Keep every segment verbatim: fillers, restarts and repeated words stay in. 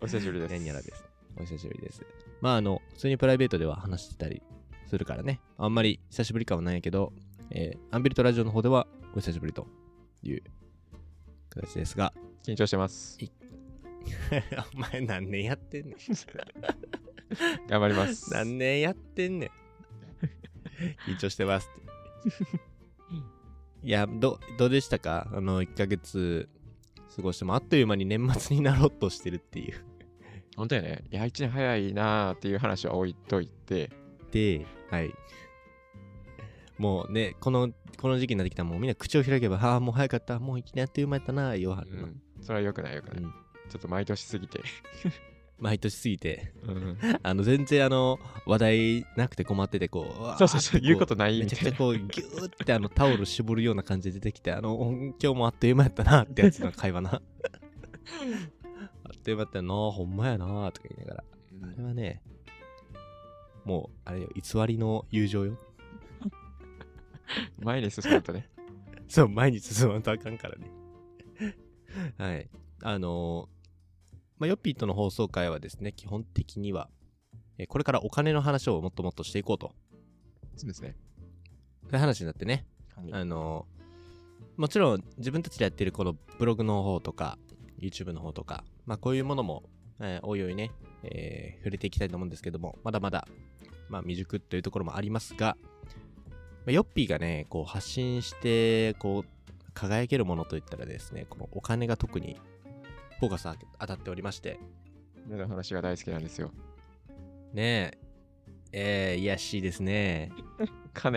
お久しぶりです。 何やらです。お久しぶりです。まああの普通にプライベートでは話してたりするからね、あんまり久しぶり感はないけど、えー、アンビルトラジオの方ではお久しぶりという形ですが、 緊張してます。 お前何年やってんねん。 頑張ります。 何年やってんねん。緊張してますって。いや、ど、どうでしたか？あのいっかげつ過ごしてもあっという間に年末になろうとしてるっていう。 本当やね。いや、いちねん早いなーっていう話は置いといて。 で、はい。もうね、この、この時期になってきたらもうみんな口を開けば、ああ、もう早かった。もういちねんあっという間やったな、よはるの、 うん。それは良くない良くない。うん、ちょっと毎年すぎて。 毎年すぎて、 うん、 あの全然あの話題なくて困っててこう、 そうそうそう、言うことないみたいな。めちゃくちゃこうギューってあのタオル絞るような感じで出てきて、あの今日もあっという間やったなってやつの会話な。あっという間やったな、ほんまやなとか言いながら、うん、あれはね、もうあれよ、偽りの友情よ。 前に進むとね。 そう、前に進まんとあかんからね。はい、あのー。まあ、ヨッピーとの放送回はですね、基本的には、えー、これからお金の話をもっともっとしていこうと。 そうですね。 そういう話になってね、はい、あのー、もちろん自分たちでやってるこのブログの方とか、YouTube の方とか、まあこういうものも、えー、おいおいね、えー、触れていきたいと思うんですけども、まだまだ、まあ未熟というところもありますが、まあ、ヨッピーがね、こう発信して、こう、輝けるものといったらですね、このお金が特にフォーカス当たっておりまして、 目の話が大好きなんですよ。 ねえ、えー、いやしいですね。 金。 うん。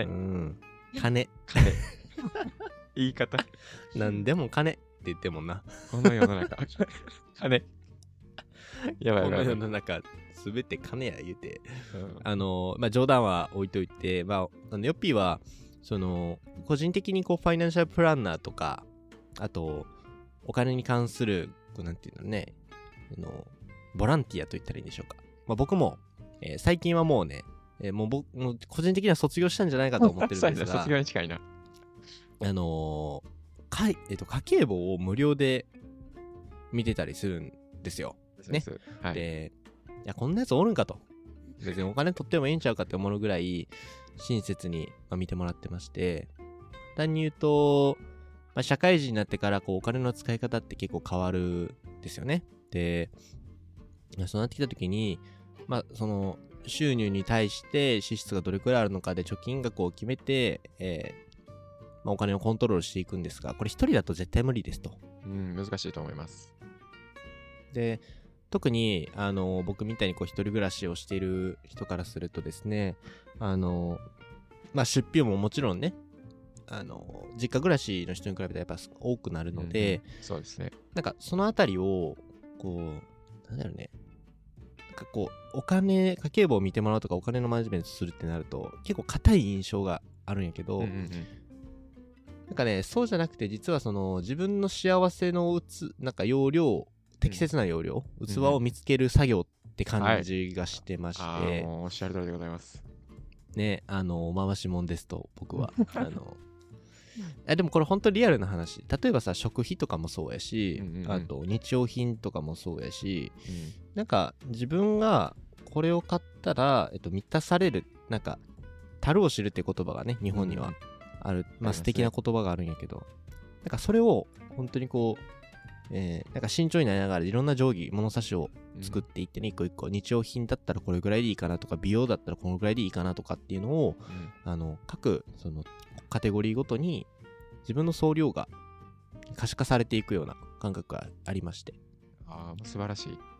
金。 金。言い方。 なんでも金って言ってもんな。 この世の中。金。やばいやばい。この世の中、すべて金や言うて。うん、あの、まあ、冗談は置いといて、まあ、あのヨッピーは、その、個人的にこう、ファイナンシャルプランナーとか、あと、お金に関する、なんていうのね、あのボランティアと言ったらいいんでしょうか。まあ、僕も、えー、最近はもうね、えー、もう僕も個人的には卒業したんじゃないかと思ってるんですが、 卒業に近いな。 あのー、かいえっと家計簿を無料で見てたりするんですよ。ね。はい、で、いやこんなやつおるんかと、別にお金取ってもいいんちゃうかって思うぐらい親切に、まあ、見てもらってまして、簡単に言うと。まあ、社会人になってからこうお金の使い方って結構変わるんですよね。で、そうなってきた時に、まあ、その収入に対して支出がどれくらいあるのかで貯金額を決めて、えーまあ、お金をコントロールしていくんですが、これ一人だと絶対無理ですと。 うん、難しいと思います。 で、特にあの僕みたいにこう一人暮らしをしている人からするとですね、あのまあ出費ももちろんね、あの実家暮らしの人に比べてやっぱ多くなるので、 うんうん、そうですね。 なんかそのあたりをこうなんだろうね、なんかこうお金家計簿を見てもらうとかお金のマネジメントするってなると結構硬い印象があるんやけど、うんうんうん、なんかねそうじゃなくて、実はその自分の幸せのうつなんか容量、適切な容量、うん、器を見つける作業って感じがしてまして、はい、 あもうおっしゃる通りでございますね。あの回しもんですと僕はあのあでもこれ本当リアルな話。例えばさ、食費とかもそうやし、うんうんうん、あと日用品とかもそうやし、うん、なんか自分がこれを買ったら、えっと、満たされる、なんか樽を知るって言葉がね日本にはある、うん、まあ素敵な言葉があるんやけど、なんかそれを本当にこう、えー、なんか慎重になりながらいろんな定規物差しを作っていってね、うん、一個一個日用品だったらこれぐらいでいいかなとか、美容だったらこのぐらいでいいかなとかっていうのを、うん、あの各そのカテゴリーごとに自分の総量が可視化されていくような感覚がありまして、 ああ素晴らしい。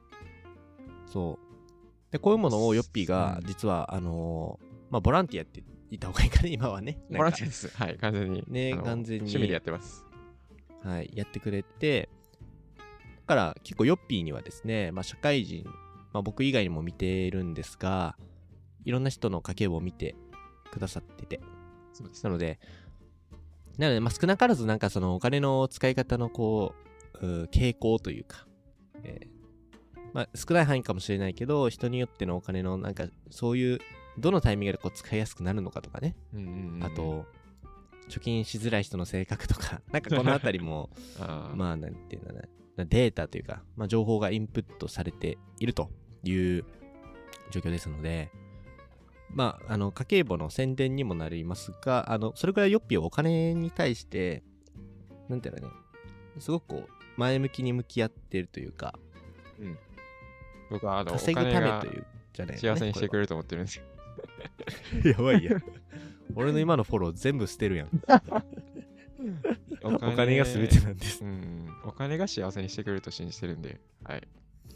そうで、こういうものをヨッピーが実は、うん、あのー、まあボランティアって言った方がいいかね、今はね。 ボランティアです。はい、完全にね、完全に趣味でやってます。 はい、やってくれて、だから結構ヨッピーにはですね、まあ社会人、まあ僕以外にも見てるんですが、いろんな人の家計簿を見てくださってて、そうです。なので。なので、まあ、少なからずなんかそのお金の使い方のこう、う傾向というか、えー、まあ、少ない範囲かもしれないけど、人によってのお金のなんかそういうどのタイミングでこう使いやすくなるのかとかね、うんうんうん、あと貯金しづらい人の性格とか、なんかこのあたりもあまあなんていうのね、 データというか、まあ、情報がインプットされているという状況ですので、まあ、あの家計簿の宣伝にもなりますが、あのそれくらいヨッピーはお金に対してなんていうのね、すごくこう前向きに向き合っているというか、 うん、僕はあの稼ぐためというじゃない、ね、 幸せにしてくれると思ってるんですよ。 やばいや俺の今のフォロー全部捨てるやんお金, お金が全てなんです、 うん、お金が幸せにしてくれると信じてるんで、はい。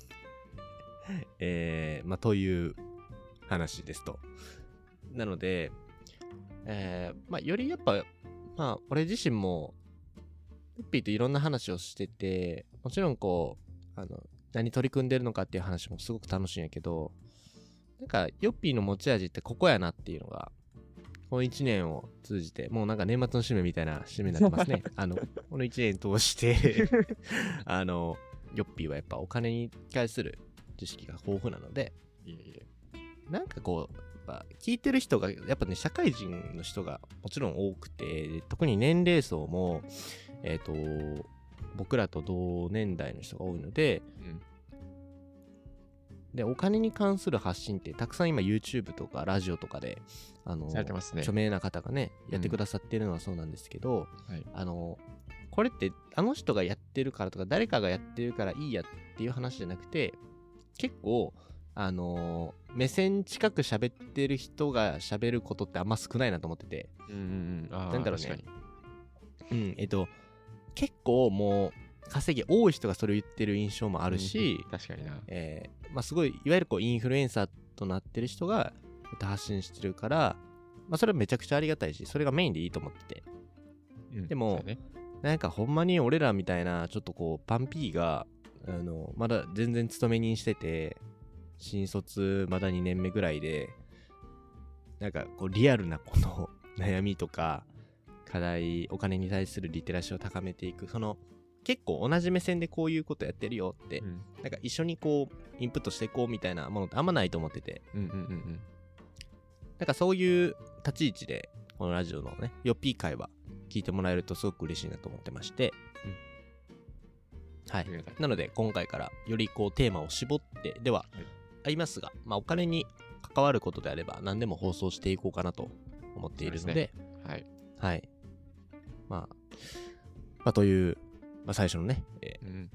えー、まあという話ですと。なので、えー、まあよりやっぱ、まあ俺自身もヨッピーといろんな話をしてて、もちろんこうあの何取り組んでるのかっていう話もすごく楽しいんやけど、なんかヨッピーの持ち味ってここやなっていうのがこのいちねんを通じて、もうなんか年末の締めみたいな締めになってますね。あのこのいちねん通してあのヨッピーはやっぱお金に対する知識が豊富なので、 いえいえ、 なんかこうやっぱ聞いてる人がやっぱね、社会人の人がもちろん多くて、特に年齢層もえっと僕らと同年代の人が多いので、うんでお金に関する発信ってたくさん今 YouTube とかラジオとかであの、ね、著名な方がねやってくださってるのはそうなんですけど、うん、はい、あのこれってあの人がやってるからとか誰かがやってるからいいやっていう話じゃなくて、結構あの目線近く喋ってる人が喋ることってあんま少ないなと思ってて、うんうんうん、あ、なんだろうね、うんえっと結構もう稼ぎ多い人がそれを言ってる印象もあるし、 うん、確かにな、 えーまあ、すごいいわゆるこうインフルエンサーとなってる人が発信してるから、まあ、それはめちゃくちゃありがたいし、それがメインでいいと思ってて、うん、でも、ね、なんかほんまに俺らみたいなちょっとこうパンピーがあのまだ全然勤め人してて、新卒まだにねんめぐらいで、なんかこうリアルなこの悩みとか課題、お金に対するリテラシーを高めていく、その結構同じ目線でこういうことやってるよって、うん、なんか一緒にこうインプットしていこうみたいなものってあんまないと思ってて、うんうんうんうん、なんかそういう立ち位置でこのラジオのねヨッピー会話聞いてもらえるとすごく嬉しいなと思ってまして、うん、はい、なので今回からよりこうテーマを絞ってではありますが、はい、まあお金に関わることであれば何でも放送していこうかなと思っているので、で、ね、はいはい、まあまあというまあ、最初のね、えーうん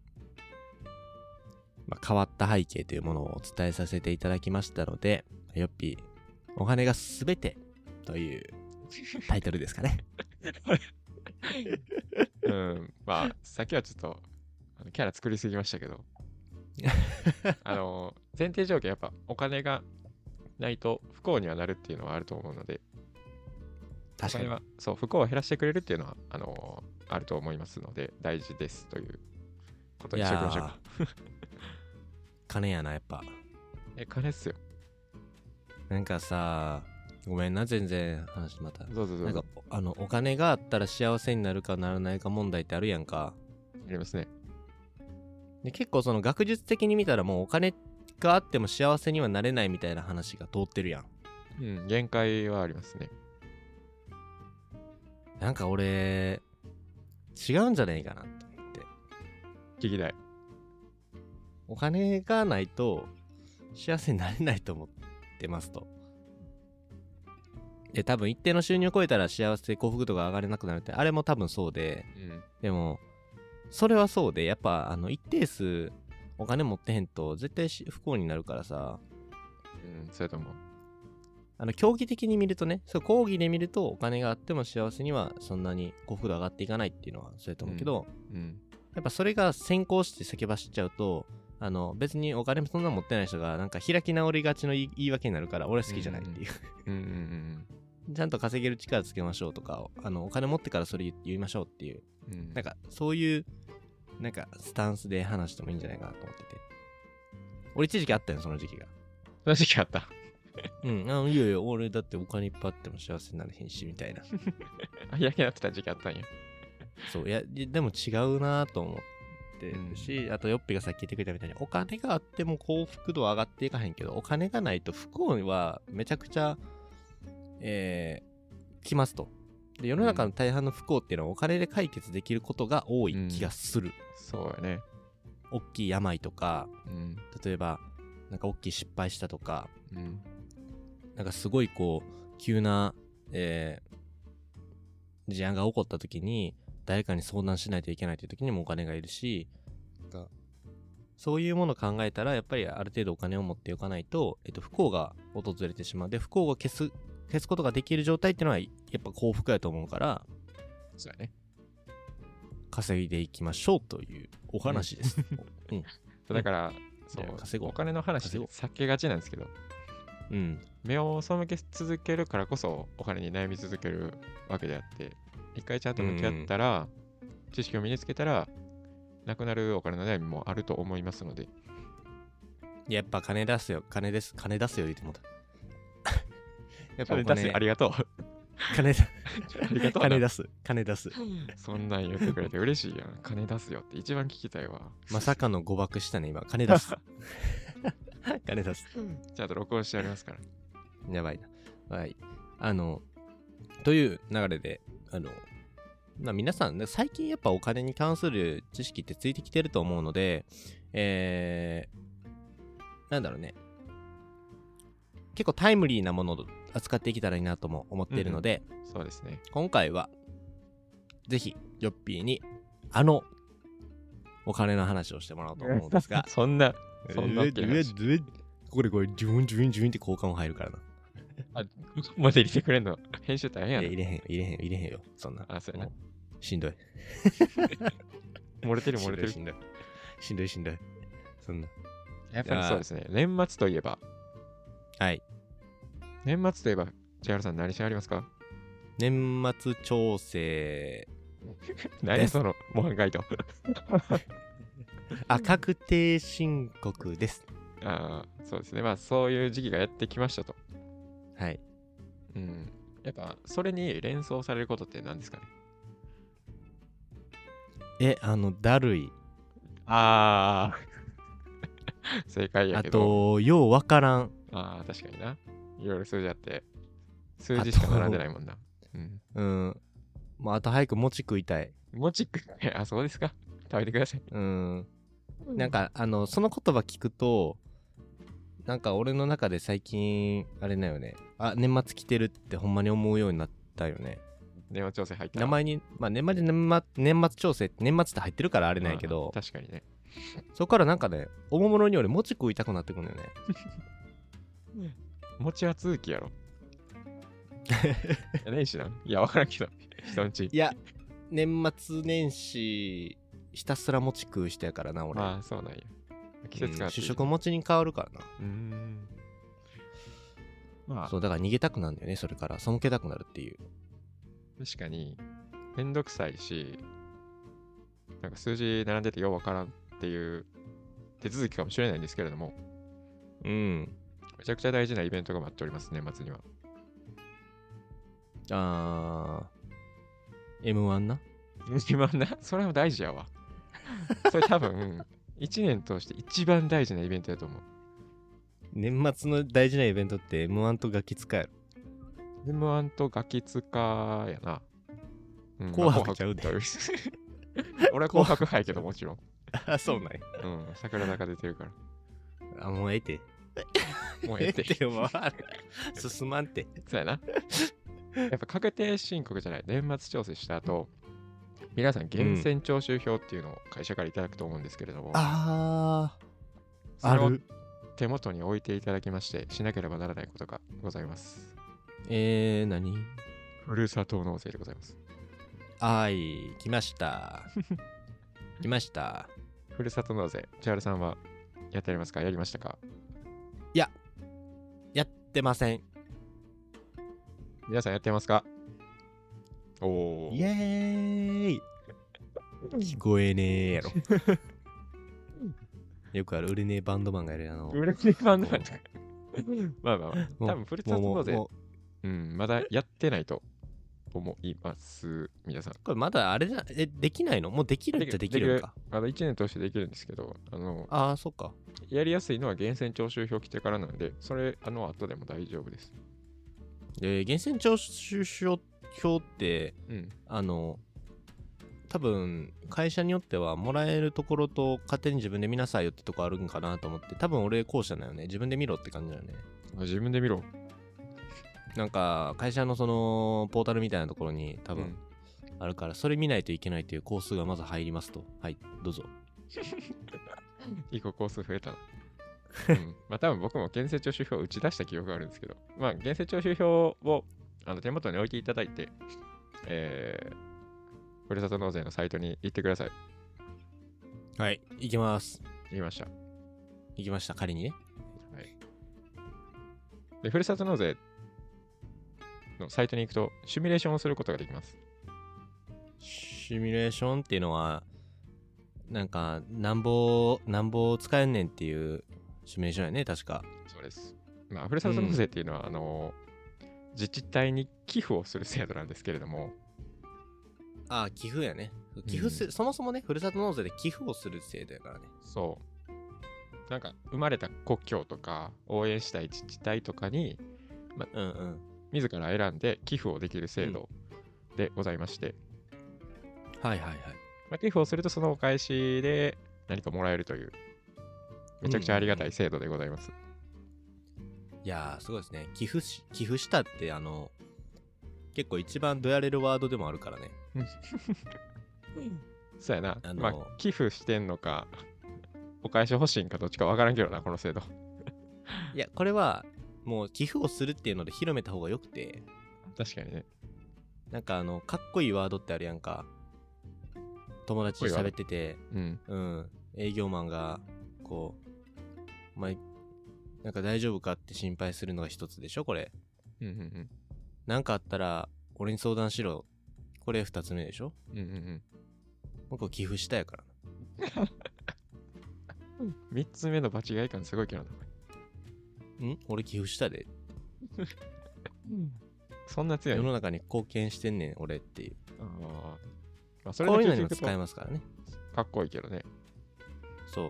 まあ、変わった背景というものをお伝えさせていただきましたので、ヨッピー、お金がすべてというタイトルですかね。 うん、まあ、さっきはちょっとあのキャラ作りすぎましたけど、あの、前提条件やっぱお金がないと不幸にはなるっていうのはあると思うので、確かに。お金は、そう、不幸を減らしてくれるっていうのは、あのー、あると思いますので、大事ですということにしておきましょうか。 金やな、やっぱ。 え、金っすよ。 なんかさ、ごめんな、全然話また。 どうぞどうぞ。 なんか、あの、お金があったら幸せになるかならないか問題ってあるやんか。 ありますね。 で、結構その学術的に見たらもうお金があっても幸せにはなれないみたいな話が通ってるやん。 うん、限界はありますね。 なんか俺、違うんじゃねえかなと思って。 聞きたい。 お金がないと幸せになれないと思ってますと。で、多分一定の収入を超えたら幸せ、幸福度が上がれなくなるって、あれも多分そうで、うん、でも、それはそうで、やっぱあの一定数お金持ってへんと絶対不幸になるからさ。 うん、そうやと思う。 あの競技的に見るとね、そう講義で見るとお金があっても幸せにはそんなに幸福度上がっていかないっていうのはそうやと思うけど、うんうん、やっぱそれが先行して先走っちゃうと、あの別にお金もそんな持ってない人がなんか開き直りがちの言い訳になるから俺は好きじゃないっていう、うんうんうんうん、ちゃんと稼げる力つけましょうとか、あのお金持ってからそれ言いましょうっていう、うん、なんかそういうなんかスタンスで話してもいいんじゃないかなと思ってて、俺一時期あったよその時期が。 その時期あったうん、あいやいや、俺だってお金いっぱいあっても幸せになれへんし、みたいな。 あ、やけなってた時期あったんや。 そう、いや、でも違うなと思ってるし、うん、あと、ヨッピがさっき言ってくれたみたいに、お金があっても幸福度は上がっていかへんけど、お金がないと不幸はめちゃくちゃ、えー、来ますと。 で世の中の大半の不幸っていうのはお金で解決できることが多い気がする、うん、 そうやね。 大きい病とか、 うん、 例えばなんか大きい失敗したとか、 うん、 なんかすごいこう急な、えー、事案が起こった時に誰かに相談しないといけないという時にもお金がいるし、そういうものを考えたらやっぱりある程度お金を持っておかないと、えっと、不幸が訪れてしまう。で不幸を消す消すことができる状態っていうのはやっぱ幸福やと思うから、 そうやね。 稼いでいきましょうというお話です。 うん、だから、うん、そう稼ごうお金の話で避けがちなんですけど、 うん、 目を背け続けるからこそお金に悩み続けるわけであって、一回ちゃんと向き合ったら、うん、知識を身につけたらなくなるお金の悩みもあると思いますので。 やっぱ金出すよ、金です、金出すよ言ってもらった。 やっぱお金出すよ、ありがとう。 金だありがとう金出す、金出す。 そんなん言ってくれて嬉しいやん。金出すよって一番聞きたいわ。 まさかの誤爆したね、今。金出す。金出す。 ちゃんと録音してありますから。 やばいな。はい。あの、という流れで、あの、まあ、皆さん、ね、最近やっぱお金に関する知識ってついてきてると思うので、えー、なんだろうね。結構タイムリーなものを扱っていけたらいいなとも思っているので、 うんうん、そうですね。 今回は、ぜひ、ヨッピーに、あの、お金の話をしてもらおうと思うんですが。 そんな、そんなわけない。 ここでこれ、ジュンジュンジュンって交換も入るからな。 あ、ここまで入れてくれんの編集大変やな。 入れへん、入れへん、入れへんよ。そんな。 あ、そうやな。 しんどい。 漏れてる漏れてる。 しんどい、しんどい、しんどい。そんな。 やっぱりそうですね。年末といえば。 はい。 年末といえば、千原さん何してありますか？ 年末調整。 何その模範解答。 あ、確定申告です。 ああ、そうですね。まあ、そういう時期がやってきましたと。 はい。 うん。やっぱ、それに連想されることって何ですかね？ え、あの、だるい。 ああ。正解やけど。 あと、ようわからん。 ああ、確かにな。いろいろ数字あって、数字しか並んでないもんな。 うん。うん。まあ、あと早く餅食いたい。 餅食いあ、そうですか。食べてください。 うん。なんか、あの、その言葉聞くと、なんか俺の中で最近、あれだよね。あ、年末来てるってほんまに思うようになったよね。 年末調整入った名前に、まあ年末年末、年末調整、年末って入ってるからあれないけど、 確かにね。 そこからなんかね、おもむろに俺餅食いたくなってくるんだよね。 餅は続きやろ。いや年始なんいや、わからんけど、人んち。 いや、年末年始、ひたすら餅食う人やからな、俺。 ああ、そうなんや。季節が、 うん、主食餅に変わるからな。 うーん。 まあ、そう、だから逃げたくなるんだよね、それから。背けたくなるっていう。 確かに、めんどくさいし、なんか数字並んでてようわからんっていう手続きかもしれないんですけれども、 うん。 めちゃくちゃ大事なイベントが待っております、年末には。 あー、エムワン なエムワン なそれも大事やわ。それ多分、いちねん通して一番大事なイベントやと思う。 年末の大事なイベントって エムワン とガキ使える。 エムワン とガキ使やな。 うん、紅白ちゃうで。 俺は紅白杯けどもちろん。 あ、そうなんや。 うん、桜坂出てるから。 あ、もうええて。 もうええて。 進まんて。 そうやな。やっぱ確定申告じゃない、年末調整した後、皆さん源泉徴収票っていうのを会社からいただくと思うんですけれども、うん、 あー、ある。 手元に置いていただきまして、しなければならないことがございます。 えー、何？ ふるさと納税でございます。 はい、来ました。来ました。 ふるさと納税、千原さんはやってありますか？やりましたか？ いや、やってません。 皆さんやってますか？おー。 イエーイ聞こえねえやろ。よくある売れねえバンドマンがやるあの。 売れねえバンドマンとか。まあまあまあ、多分ふるさと納税、うん、まだやってないと思います、皆さん。 これまだあれじゃ、え、できないの？もうできるっちゃできるんか。 まだいちねん通してできるんですけど、あの、 ああ、そっか。 やりやすいのは源泉徴収票来てからなんで、それ、あの後でも大丈夫です。 で、源泉徴収票っ表って、 うん、 あの多分会社によってはもらえるところと勝手に自分で見なさいよってとこあるんかなと思って、多分俺後者だよね。自分で見ろって感じだよね。 自分で見ろ。 なんか会社のそのポータルみたいなところに多分あるから、それ見ないといけないというコースがまず入りますと。はい、どうぞ。 いいコース増えたな。うん、まあ多分僕も源泉徴収票を打ち出した記憶があるんですけど、まあ源泉徴収票をあの手元に置いていただいて、えー、ふるさと納税のサイトに行ってください。 はい、行きます。 行きました。 行きました、仮にね。 はい。で、ふるさと納税のサイトに行くと、シミュレーションをすることができます。 シミュレーションっていうのは、なんか、なんぼ、なんぼ使えんねんっていうシミュレーションやね、確か。 そうです。まあ、ふるさと納税っていうのは、うん、あの、自治体に寄付をする制度なんですけれども。 ああ、寄付やね。寄付す、うん、そもそもね、ふるさと納税で寄付をする制度やからね。 そう。なんか、生まれた故郷とか、応援したい自治体とかに、まあ、うんうん、自ら選んで寄付をできる制度でございまして。 うん、はいはいはい。 まあ、寄付をするとそのお返しで何かもらえるという、めちゃくちゃありがたい制度でございます。 うんうん、いやー、すごいですね。寄付し、寄付したって、あの、結構一番どやれるワードでもあるからね。 そうやな。あのー、まあ、寄付してんのか、お返し欲しいんかどっちかわからんけどな、この制度。 いや、これは、もう寄付をするっていうので広めた方がよくて。 確かにね。なんかあの、かっこいいワードってあるやんか。友達と喋ってて、 うん、 うん、営業マンが、こう、お前、なんか大丈夫かって心配するのが一つでしょ、これ。 うんうんうん。 なんかあったら、俺に相談しろ。これ二つ目でしょ。 うんうんうん。 僕寄付したやからな。三つ目の場違い感すごいけどな。ん俺寄付したで。 そんな強い。 世の中に貢献してんねん、俺っていう。ああ。 まあ、それこういうのにも使えますからね。 かっこいいけどね。 そう。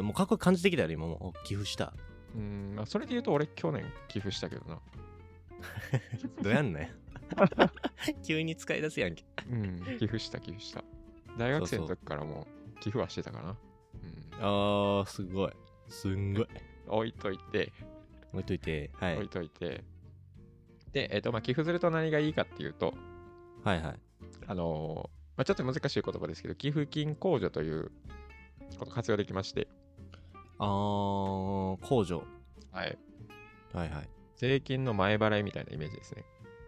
もうかっこいい感じてきたよ、今もう寄付した。 うん、まあ、それで言うと俺去年寄付したけどな。 どうやんのや。急に使い出すやんけ。 うん、寄付した寄付した。大学生の時からもう寄付はしてたかな。 うん、あー、すごい。すんごい。 置いといて。 置いといて、はい。 置いといて。で、えっと、まあ、寄付すると何がいいかっていうと、 はいはい。 あのー、まあ、ちょっと難しい言葉ですけど、寄付金控除ということ活用できまして。 あー、控除。 はい。 はいはい。 税金の前払いみたいなイメージですね。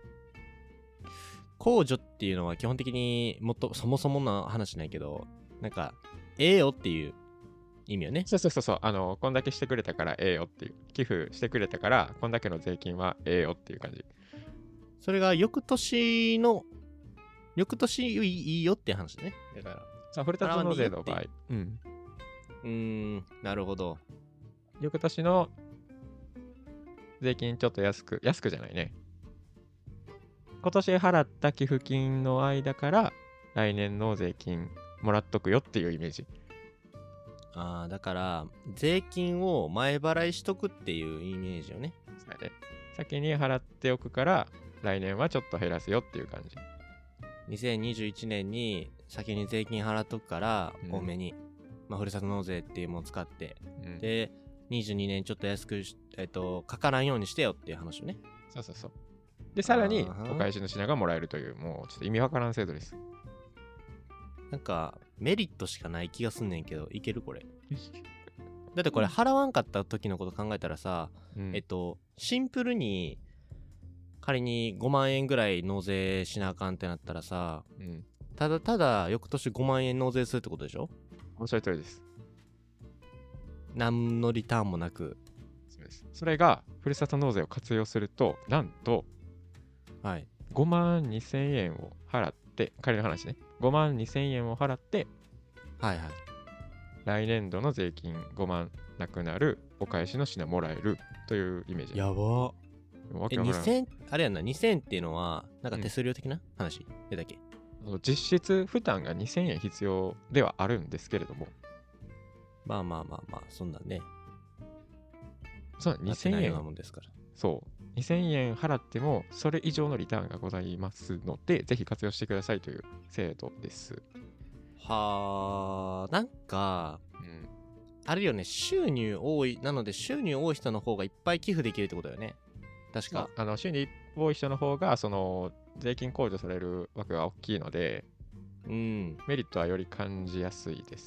控除っていうのは基本的にもっとそもそもの話ないけど、なんか、ええよっていう意味よね。 そうそうそうそう。あの、こんだけしてくれたからええよっていう。寄付してくれたから、こんだけの税金はええよっていう感じ。 それが翌年の、翌年いいよって話ね。だから。 さあ、ふるさと納税の場合。うん。 うーん、なるほど。 翌年の税金ちょっと安く、安くじゃないね。今年払った寄付金の間から来年の税金もらっとくよっていうイメージ。 ああ、だから税金を前払いしとくっていうイメージよね。 そうやね。先に払っておくから来年はちょっと減らすよっていう感じ。 にせんにじゅういちねんに先に税金払っとくから多めに、うん、まあ、ふるさと納税っていうものを使って、うん、でにじゅうにねんちょっと安くし、えっと、かからんようにしてよっていう話をね。 そうそうそう。で、さらにお返しの品がもらえるという、もうちょっと意味わからん制度です。 なんかメリットしかない気がすんねんけど、いけるこれ。だってこれ払わんかった時のこと考えたらさ、うん、えっとシンプルに仮にごまんえんぐらい納税しなあかんってなったらさ、うん、ただただ翌年ごまんえん納税するってことでしょ？ おっしゃる通りです。 何のリターンもなく。 そうです。それがふるさと納税を活用すると、なんと、 はい、 ごまんにせんえんを払って、仮の話ね、ごまんにせんえんを払って、 はいはい、 来年度の税金ごまんなくなる、お返しの品もらえるというイメージ。 やば。え、にせん、あれやんな、にせんっていうのは、なんか手数料的な、うん、話でだっけ？ 実質負担がにせんえん必要ではあるんですけれども。 まあまあまあまあ、そんなんね。 そう、にせんえん。 もんですから。 そう。 にせんえん払ってもそれ以上のリターンがございますので、ぜひ活用してくださいという制度です。 はあ、なんか、 うん、 あるよね、収入多い、なので収入多い人の方がいっぱい寄付できるってことだよね。確か。 あの収入多い人の方が、その税金控除される枠が大きいので、 うん。 メリットはより感じやすいです。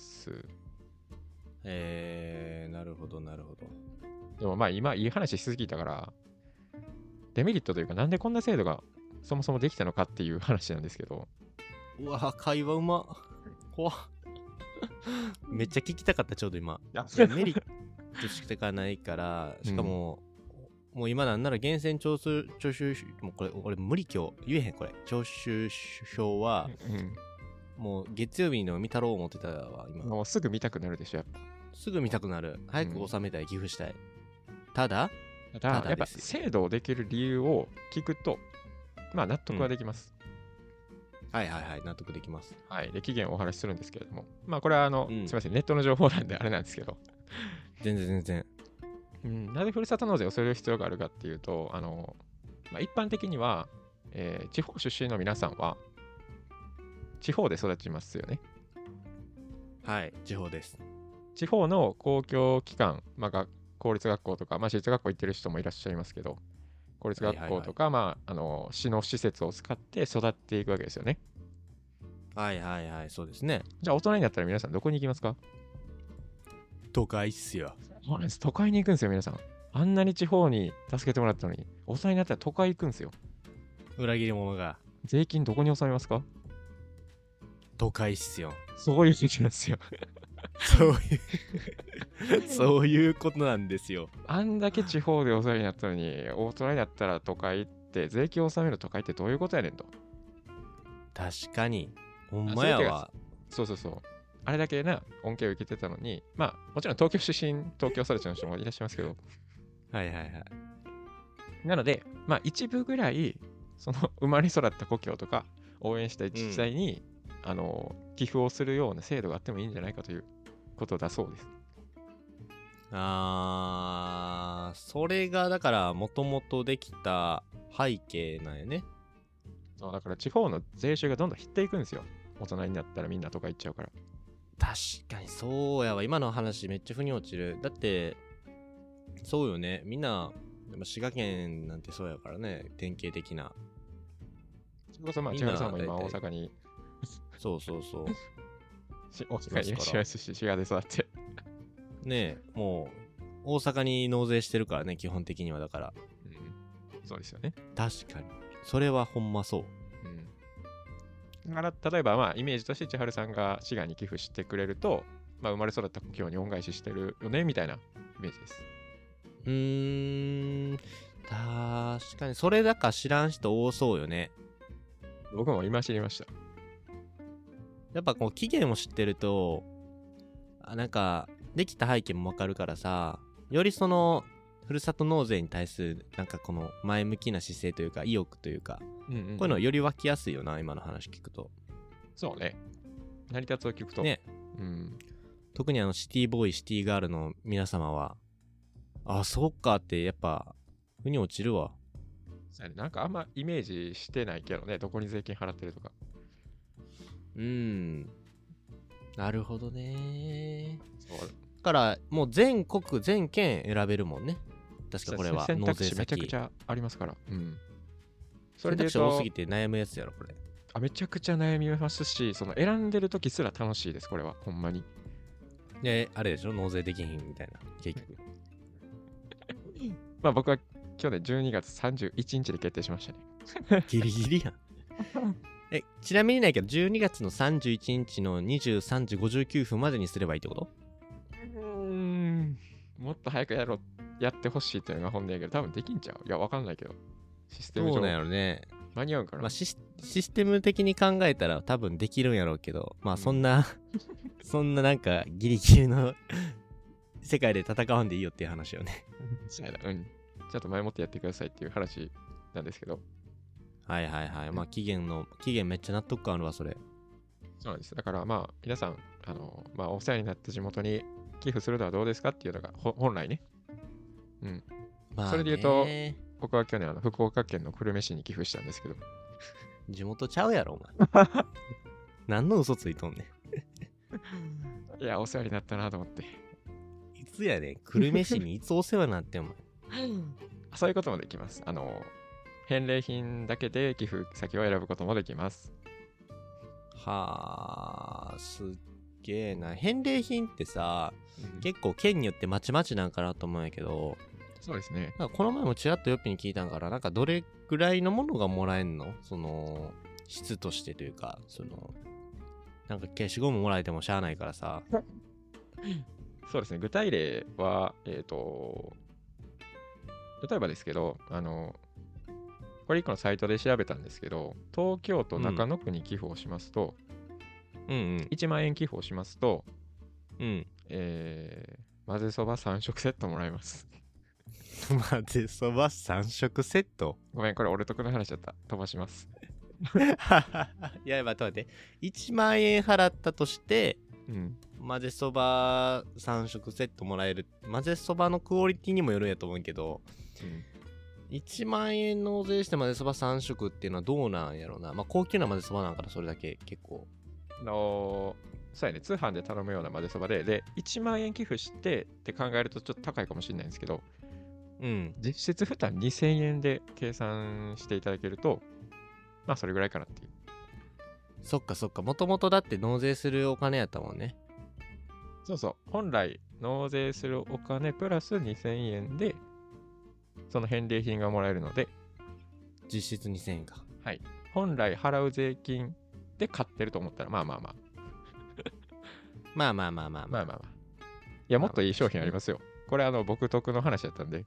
えー、なるほど、なるほど。 でもまあ今いい話しすぎたから、デメリットというか、なんでこんな制度がそもそもできたのかっていう話なんですけど。 うわ、会話うま。怖っ。めっちゃ聞きたかった、ちょうど今。いやメリットしかないから、しかも、うん、もう今なんなら源泉徴収、徴収、もうこれ、俺無理今日。言えへん、これ。徴収票は、うん、もう月曜日の見たろう思ってたわ、今。 もうすぐ見たくなるでしょ、やっぱ。 すぐ見たくなる。早く納めたい、寄付したい。ただ、 ただ、ただやっぱ制度をできる理由を聞くと、まあ納得はできます。 うん、はいはいはい、納得できます。 はい。で、期限をお話しするんですけれども、まあこれはあの、うん、すみません、ネットの情報なんであれなんですけど。 全然全然。 うん、なぜふるさと納税をする必要があるかっていうと、あの、まあ、一般的には、えー、地方出身の皆さんは、地方で育ちますよね。 はい、地方です。 地方の公共機関、まあ、公立学校とか、まあ、私立学校行ってる人もいらっしゃいますけど、公立学校とか、はいはいはい、まあ、あの、市の施設を使って育っていくわけですよね。 はいはいはい、そうですね。 じゃあ、大人になったら皆さんどこに行きますか？ 都会っすよ。 そうです。都会に行くんですよ、皆さん。あんなに地方に助けてもらったのに、大人になったら都会行くんですよ。 裏切り者が。 税金どこに納めますか？ 都会っすよ。 そういう時期なんですよ。 そういうそういうことなんですよ。 あんだけ地方でお世話になったのに、大人になったら都会って、税金を納める都会ってどういうことやねんと。 確かに。ほんまやわ。 そうそうそう。あれだけな恩恵を受けてたのに、まあもちろん東京出身、東京育ちの人もいらっしゃいますけど。 はいはいはい。 なので、まあ一部ぐらい、その生まれ育った故郷とか、応援したい自治体に、うん、あの、寄付をするような制度があってもいいんじゃないかということだそうです。 あー、それがだからもともとできた背景なんよね。 そうだから地方の税収がどんどん減っていくんですよ。大人になったらみんなとか行っちゃうから。 確かにそうやわ。今の話めっちゃ腑に落ちる。だってそうよね。みんなでも滋賀県なんてそうやからね。典型的な。 それこそまあ千原さんも今大阪にそうそうそう大阪にいらっしゃいますし、滋賀で育ってねえ、もう大阪に納税してるからね、基本的には。だから、 うん、そうですよね。 確かにそれはほんまそう。 うん、だから例えばまあイメージとして千春さんが滋賀に寄付してくれると、まあ、生まれ育った故郷に恩返ししてるよねみたいなイメージです。 うーん、確かにそれだか知らん人多そうよね。 僕も今知りました。 やっぱこう期限を知ってると、あ、なんかできた背景もわかるからさ、よりそのふるさと納税に対するなんかこの前向きな姿勢というか意欲というか、うんうんうん、こういうのより湧きやすいよな、今の話聞くと。 そうね。成り立つを聞くとね、 うん、 特にあのシティボーイシティガールの皆様は、あ、そうかってやっぱ腑に落ちるわ。 なんかあんまイメージしてないけどね、どこに税金払ってるとか。 うん、なるほどね。そうだからもう全国全県選べるもんね。確かこれは納税先めちゃくちゃありますから。うん。 それで選択肢多すぎて悩むやつやろこれ。 あ、めちゃくちゃ悩みますし、その選んでる時すら楽しいです、これはほんまに。 で、あれでしょ、納税できひんみたいな、結局。 まあ僕は去年じゅうにがつさんじゅういちにちで決定しましたね。 ギリギリやん。え、ちなみにないけど、じゅうにがつのさんじゅういちにちのにじゅうさんじごじゅうきゅうふんまでにすればいいってこと？ うーん、もっと早くやろう、やってほしいっていうのが本音やけど、多分できんちゃう。いや、わかんないけど。システム上。 そうなんやろね。 間に合うんかな。 まあシス、システム的に考えたら多分できるんやろうけど、まあそんな、うん、そんななんかギリギリの世界で戦わんでいいよっていう話よね。 そうやな、うん。ちょっと前もってやってくださいっていう話なんですけど。 はいはいはい。まあ期限の、期限めっちゃ納得感あるわ、それ。 そうなんです。だからまあ皆さん、あの、まあお世話になった地元に寄付するのはどうですかっていうのが本来ね。うん。まあ、それで言うと、 僕は去年あの福岡県の久留米市に寄付したんですけど。 地元ちゃうやろお前何の嘘ついとんねん。いやお世話になったなと思って。 いつやねん、久留米市にいつお世話になってんお前そういうこともできます。あの返礼品だけで寄付先を選ぶこともできます。 はあ、すっげえな。返礼品ってさ、 うん、 結構県によってまちまちなんかなと思うんやけど、 そうですね。 なんかこの前もちらっとよっぴに聞いたんから、なんかどれぐらいのものがもらえんの？その質としてというか、そのなんか消しゴムもらえてもしゃあないからさ。 そうですね。具体例はえっ、ー、と例えばですけど、あのこれ一個のサイトで調べたんですけど、東京都中野区に寄付をしますと、 うんうん、 いちまん円寄付をしますと、 うん、 えー、混ぜそばさん食セットもらえます。 混ぜそばさん食セットごめん、これ俺得の話だった。飛ばします。 いや、待って待って。いちまん円払ったとして、 うん、 混ぜそばさん食セットもらえる。混ぜそばのクオリティにもよるんやと思うけど、うん、いちまん円納税して混ぜそばさん食っていうのはどうなんやろうな。まあ高級な混ぜそばなんからそれだけ結構。 のそうやね、通販で頼むような混ぜそばで、で、いちまん円寄付してって考えるとちょっと高いかもしれないんですけど、 うん、 実質負担にせんえんで計算していただけると、まあそれぐらいかなっていう。 そっかそっか、もともとだって納税するお金やったもんね。 そうそう、本来納税するお金プラスにせんえんで、その返礼品がもらえるので、 実質にせんえんか。 はい。本来払う税金で買ってると思ったら、まあまあまあ。 まあまあまあまあまあまあまあ。いや、もっといい商品ありますよ。これあの、僕得の話だったんで。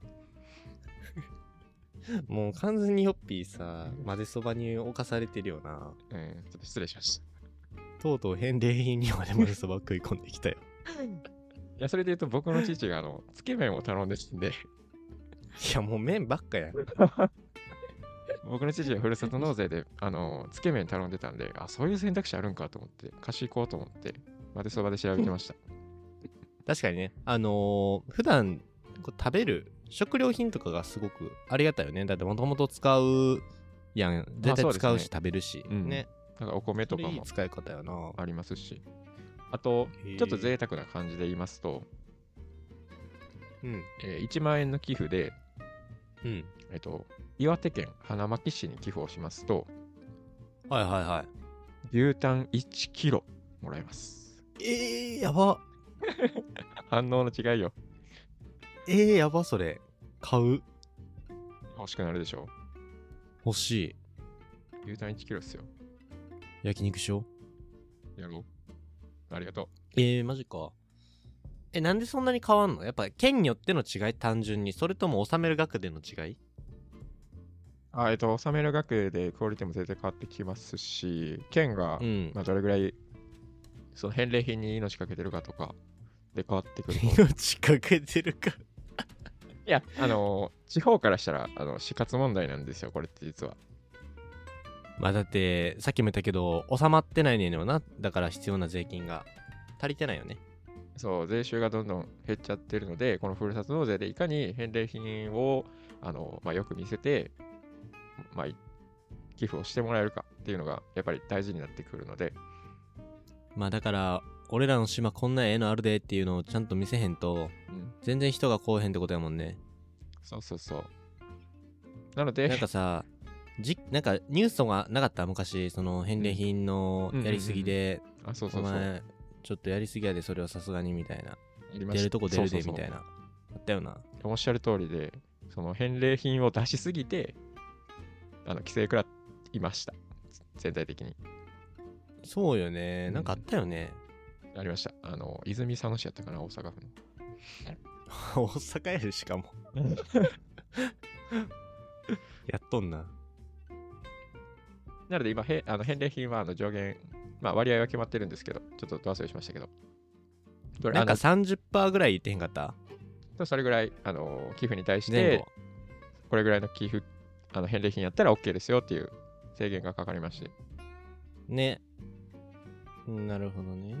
もう完全にヨッピーさ、混ぜそばに侵されてるよな。 うん、ちょっと失礼しました。 とうとう返礼品にまで混ぜそば食い込んできたよ。 いや、それで言うと僕の父があの、つけ麺を頼んできてんで。いや、もう麺ばっかやん。 僕の父がふるさと納税で、あの、つけ麺頼んでたんで、あ、そういう選択肢あるんかと思って、貸し行こうと思って、混ぜそばで調べてました。 確かにね、あのー、普段こう食べる食料品とかがすごくありがたいよね。だってもともと使うやん。絶対使うし食べるし。 うん、 ね。 なんかお米とかもいい使い方やな。 ありますし。あと、ちょっと贅沢な感じで言いますと、 うんえー、いちまん円の寄付で、 うん、 えっと、岩手県花巻市に寄付をしますと、 はいはいはい。 牛タンいちキロもらえます。 えー、やば。 反応の違いよ。 えー、やばそれ。買う。 欲しくなるでしょ。 欲しい。牛タンいちキロっすよ。 焼肉しよう。やろう。ありがとう。 えー、マジか。え、なんでそんなに変わんの？やっぱ県によっての違い単純に、それとも納める額での違い？ あ、えっと、納める額でクオリティも全然変わってきますし、県が、うん、まあ、どれぐらい、その返礼品に命かけてるかとかで変わってくると。 命かけてるかいや、あのー、地方からしたら、あの、死活問題なんですよ、これって実は。 まあだって、さっきも言ったけど、収まってないねんよな。だから必要な税金が足りてないよね。 そう、税収がどんどん減っちゃってるので、このふるさと納税でいかに返礼品を、あの、まあ、よく見せて、まあ、寄付をしてもらえるかっていうのが、やっぱり大事になってくるので。 まあだから、俺らの島こんなええのあるでっていうのをちゃんと見せへんと、うん、全然人が来おへんってことやもんね。 そうそうそう。なので、 なんかさ、じなんかニュースとかなかった昔、その返礼品のやりすぎで、 あ、そうそうそう。 お前、ちょっとやりすぎやで、それはさすがにみたいな。出るとこ出るでみたいな。あったよな。 おっしゃる通りで、その返礼品を出しすぎて、あの規制食らいました。全体的に。 そうよね。なんかあったよね。 うん、ありました。あの、泉佐野市やったかな、大阪府の。 大阪やで、しかも。やっとんな。 なので今、へあの返礼品はあの上限、まあ割合は決まってるんですけど、ちょっとど忘れしましたけど。 なんか さんじゅっパーセント ぐらい言ってへんかった？ それぐらい、あの寄付に対して、これぐらいの寄付、あの返礼品やったら OK ですよっていう制限がかかりまして。 ね。なるほどね。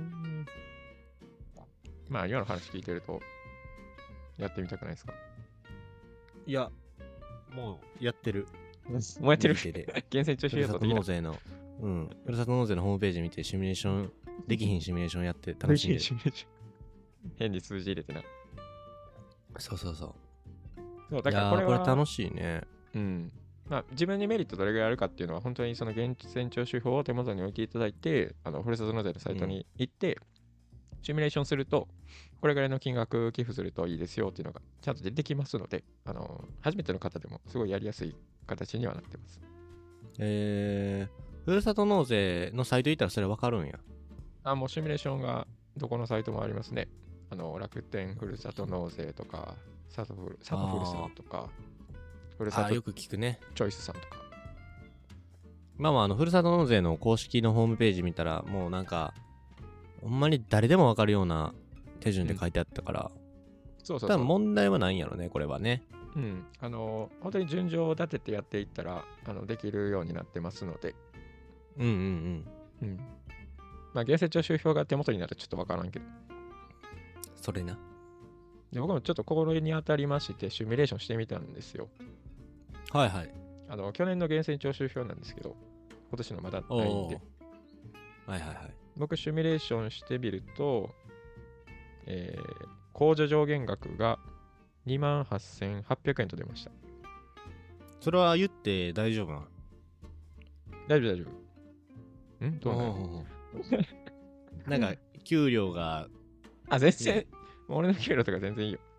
まあ今の話聞いてると、やってみたくないですか？ いや、 もうやってる。 もうやってる。 右手で源泉徴収ふるさと票取ってき納税の、うん、ふるさと納税のホームページ見てシミュレーション、できひんシミュレーションやってた。 楽しんでる。 シミュレーション変に数字入れてな。 そうそうそう。 そうだからこれはいやーこれ楽しいね。 うん。まあ、自分にメリットどれぐらいあるかっていうのは、本当にその源泉徴収票を手元に置いていただいて、あのふるさと納税のサイトに行って、うん、シミュレーションすると、これぐらいの金額寄付するといいですよっていうのがちゃんと出てきますので、あの初めての方でもすごいやりやすい形にはなってます。 えー、ふるさと納税のサイト行ったらそれ分かるんや。 あ、もうシミュレーションがどこのサイトもありますね。あの楽天ふるさと納税とか、サトフルサトフルさんとか、ふるさとよく聞くね。 チョイスさんとか。 まあまあ、あの、ふるさと納税の公式のホームページ見たら、もうなんか、ほんまに誰でも分かるような手順で書いてあったから、うん、 そうそうそう。 多分問題はないんやろね、これはね。 うん。あの、本当に順序を立ててやっていったら、あのできるようになってますので。 うんうんうん。 うん。まあ、源泉徴収票が手元になるとちょっと分からんけど。 それな。 で僕もちょっとこれに当たりまして、シミュレーションしてみたんですよ。 はいはい。 あの、去年の源泉徴収票なんですけど、今年のまだないんで。 はいはいはい。 僕、シミュレーションしてみると、えー、控除上限額がにまんはっせんはっぴゃくえんと出ました。 それは言って大丈夫な？ 大丈夫大丈夫。んどうなの？ なんか、給料が。 あ、全然、俺の給料とか全然いいよ。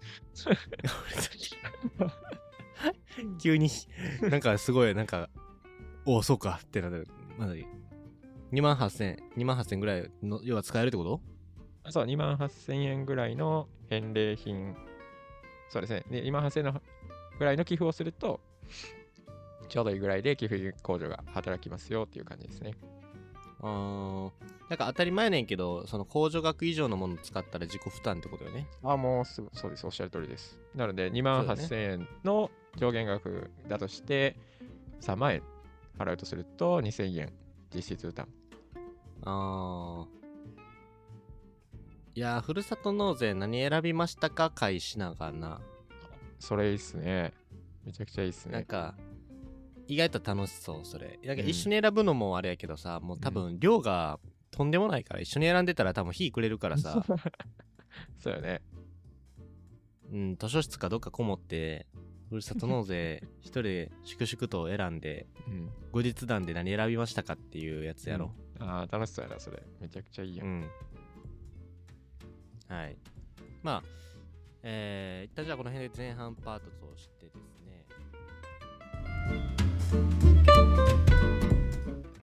急に、なんかすごい、なんか、おお、そうかってなって、まだにまんはっせん、にまんはっせんぐらいの、要は使えるってこと？ そう、にまんはっせんえんぐらいの返礼品、そうですね、でにまんはっせんえんのぐらいの寄付をすると、ちょうどいいぐらいで寄付控除が働きますよっていう感じですね。 あー、なんか当たり前ねんけど、その控除額以上のものを使ったら自己負担ってことよね。 あ、もうすぐ、そうです、おっしゃる通りです。なので、にまんはっせんえんの上限額だとして、さんまんえん払うとすると、にせんえん実質負担。 あー。いやー、ふるさと納税何選びましたか回しながらな。 それいいっすね。めちゃくちゃいいっすね。 なんか、意外と楽しそう、それ。なんか一緒に選ぶのもあれやけどさ、うん、もう多分量がとんでもないから、一緒に選んでたら多分火くれるからさ。 そうよね。 うん、図書室かどっかこもって、ふるさと納税一人で粛々と選んで、うん、後日談で何選びましたかっていうやつやろ。 うん、ああ、楽しそうやな、それ。めちゃくちゃいいやん。うん、 はい。まあ、えー、一旦じゃあこの辺で前半パートとしてですね。